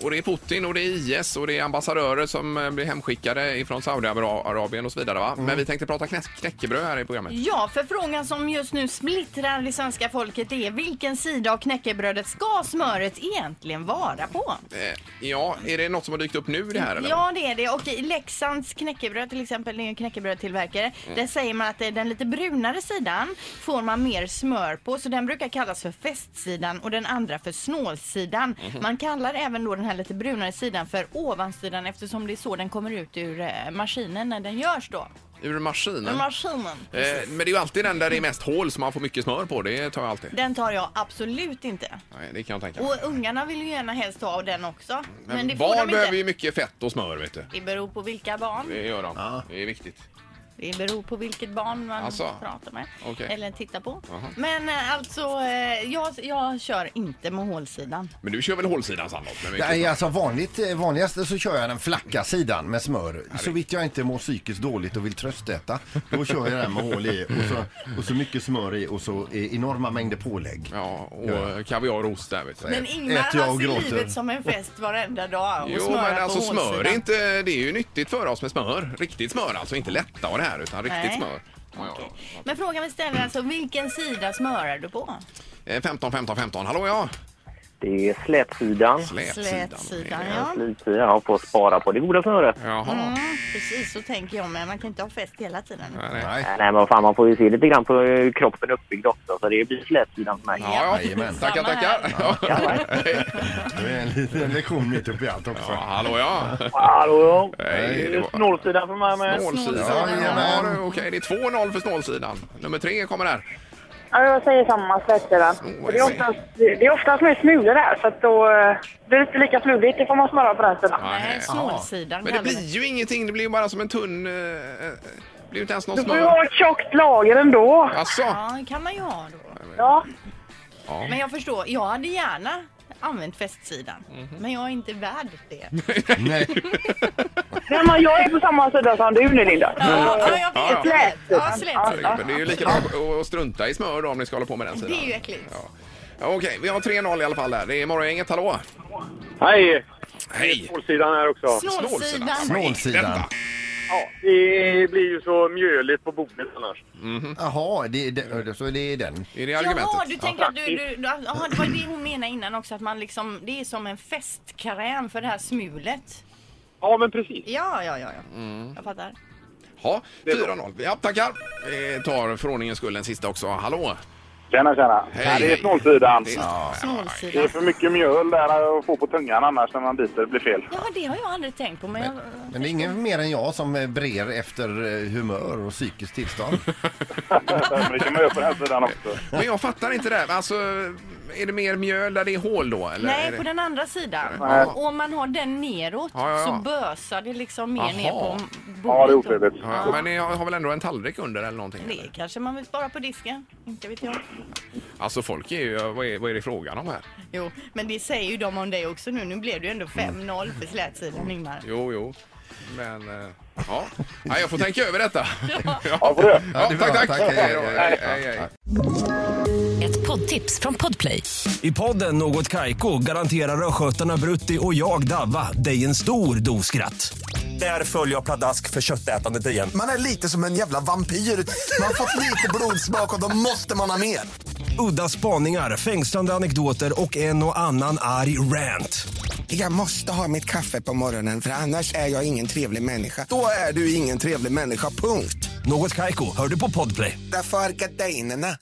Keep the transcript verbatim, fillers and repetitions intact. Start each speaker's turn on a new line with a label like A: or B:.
A: Och det är Putin och det är I S och det är ambassadörer som blir hemskickade från Saudiarabien och så vidare va? Mm. Men vi tänkte prata knä- knäckebröd här i programmet.
B: Ja, för frågan som just nu splittrar det svenska folket är vilken sida av knäckebrödet ska smöret egentligen vara på?
A: Eh, ja, är det något som har dykt upp nu det här eller?
B: Ja, det är det. Och i Leksands knäckebröd till exempel, det är en knäckebrödtillverkare, mm. där säger man att den lite brunare sidan får man mer smör på, så den brukar kallas för festsidan och den andra för snålsidan. Mm-hmm. Man kallar även då den här lite brunare sidan för ovansidan eftersom det är så den kommer ut ur eh, maskinen när den görs då.
A: Ur maskinen?
B: Ur maskinen.
A: Eh, men det är ju alltid den där det är mest hål som man får mycket smör på, det tar jag alltid.
B: Den tar jag absolut inte.
A: Nej, det kan jag tänka.
B: Och ungarna vill ju gärna helst ha av den också.
A: Men,
B: men det
A: barn
B: får de
A: behöver
B: inte.
A: ju mycket fett och smör, vet du.
B: Det beror på vilka barn.
A: Det gör de,
C: ja.
A: Det är viktigt.
B: Det beror på vilket barn man
A: alltså.
B: pratar med.
A: Okay.
B: Eller tittar på.
A: Aha.
B: Men alltså, jag, jag kör inte med hålsidan.
A: Men du kör väl hålsidan, Sandholt?
C: Nej, alltså vanligt, vanligast så kör jag den flacka sidan med smör. Ja, så vitt jag inte mår psykiskt dåligt och vill tröstäta, då kör jag den med hål i och så, och så mycket smör i och så enorma mängder pålägg.
A: Ja, och ja. kaviar och ost där, vet du.
B: Men Ingmar, han ser livet som en fest varenda dag och
A: jo, men alltså smör är inte, det är ju nyttigt för oss med smör. Riktigt smör, alltså inte lättare här utan riktigt Nej. smör. Ja,
B: okay.
A: ja.
B: Men frågan vi ställer alltså, vilken sida smörar du på?
A: femton femton femton, hallå ja.
D: Det är slätsidan.
B: Slätsidan,
D: Slätsidan
B: ja.
D: Slätsidan, ja, på att spara på det goda smöret.
A: Jaha.
B: Mm, precis, så tänker jag, men man kan inte ha fest hela tiden.
A: Nej, nej.
D: nej. nej men fan, man får ju se lite grann på hur kroppen uppbyggd också, så det blir slätsidan som är.
A: Ja, ja. Tackar, tackar. Ja. Ja.
C: Det är en liten lektion mitt upp i allt också.
A: Ja, hallå ja.
D: Hallå ja.
A: Nej, det var...
D: Snålsidan för mig med.
A: Snålsidan, ja, ja, okej, det är två noll för snålsidan. Nummer tre kommer där.
E: Ja, jag säger samma slätsidan. Oh, det är oftast, det är oftast med smulor där, så att då blir det inte lika smulligt, det får man smöra på den sidan.
B: Nej, snålsidan.
A: Men det blir ju ingenting, det blir ju bara som en tunn... Uh, det blir ju inte ens någon
E: smör.
A: smör.
E: Du får ju ha ett tjockt lager ändå.
A: Asså?
B: Ja, kan man ju ha då.
E: Ja.
B: ja. Men jag förstår, jag hade gärna använt festsidan. Mm-hmm. Men jag är inte värd det.
C: Nej.
E: Nej, men jag är på samma sida som du nu, Linda.
B: Ja, ja, jag vet.
E: Slätt.
B: Ja, slätt.
A: Ja, men det är ju likadant att strunta i smör då, om ni ska hålla på med den sidan.
B: Det är ju äckligt.
A: Ja. Ja, okej, vi har tre noll i alla fall där. Det är morgongänget, hallå.
F: Hej.
A: Hej.
F: Snålsidan här också.
B: Snålsidan.
C: Snålsidan.
F: Ja, det blir ju så mjöligt på bordet annars.
A: Mm-hmm.
C: Jaha, det, det, så det är den.
A: Är det argumentet?
B: Jaha, du tänker ja. att du, du, du aha, det var det hon menade innan också, att man liksom, det är som en festkräm för det här smulet.
F: Ja, men precis.
B: Ja, ja, ja, ja. Mm. Jag fattar.
A: Ja, fyra noll. Ja, tackar. Vi tar för ordningens skull en sista också. Hallå.
F: Tjena, tjena.
A: Hej,
F: det är snålsidan.
A: Det är,
B: ja.
F: det är för mycket mjöl där att få på tungan annars när man biter, det blir fel.
B: Ja, det har jag aldrig tänkt på. Men,
C: men,
B: jag,
C: men det är ingen mer än jag som brer efter humör och psykiskt tillstånd.
F: Men det kan man göra på den här sidan också.
A: Men jag fattar inte det. Alltså, är det mer mjöl där det är hål då? Eller
B: nej,
A: det...
B: på den andra sidan.
A: Ja.
B: Och om man har den neråt ja, ja, ja. så bösar det liksom mer Aha. ner på bordet.
F: Ja, det är otrevligt.
A: Ja, ja. Men ni har väl ändå en tallrik under eller någonting?
B: Det
A: eller?
B: Kanske man vill spara på disken. Inte vet jag.
A: Alltså folk är ju, vad är, vad är det frågan om här?
B: Jo, men det säger ju de om dig också nu. Nu blev det ju ändå fem noll för slätsidan, Ingmar.
A: Jo, jo. Men, äh, ja. ja. Jag får tänka över detta.
F: Ja, ja får du.
A: Ja, tack, tack. tack. Hej, hej, hej.
G: Ett poddtips från Podplay.
H: I podden Något Kaiko garanterar röskötarna Brutti och jag Davva dig en stor doskratt. Där följer jag pladask för köttätandet igen.
I: Man är lite som en jävla vampyr. Man har fått lite blodsmak och då måste man ha mer.
H: Udda spaningar, fängslande anekdoter och en och annan arg rant.
I: Jag måste ha mitt kaffe på morgonen för annars är jag ingen trevlig människa. Då är du ingen trevlig människa, punkt.
H: Något Kaiko, hör du på Podplay.
I: Därför är gardinerna.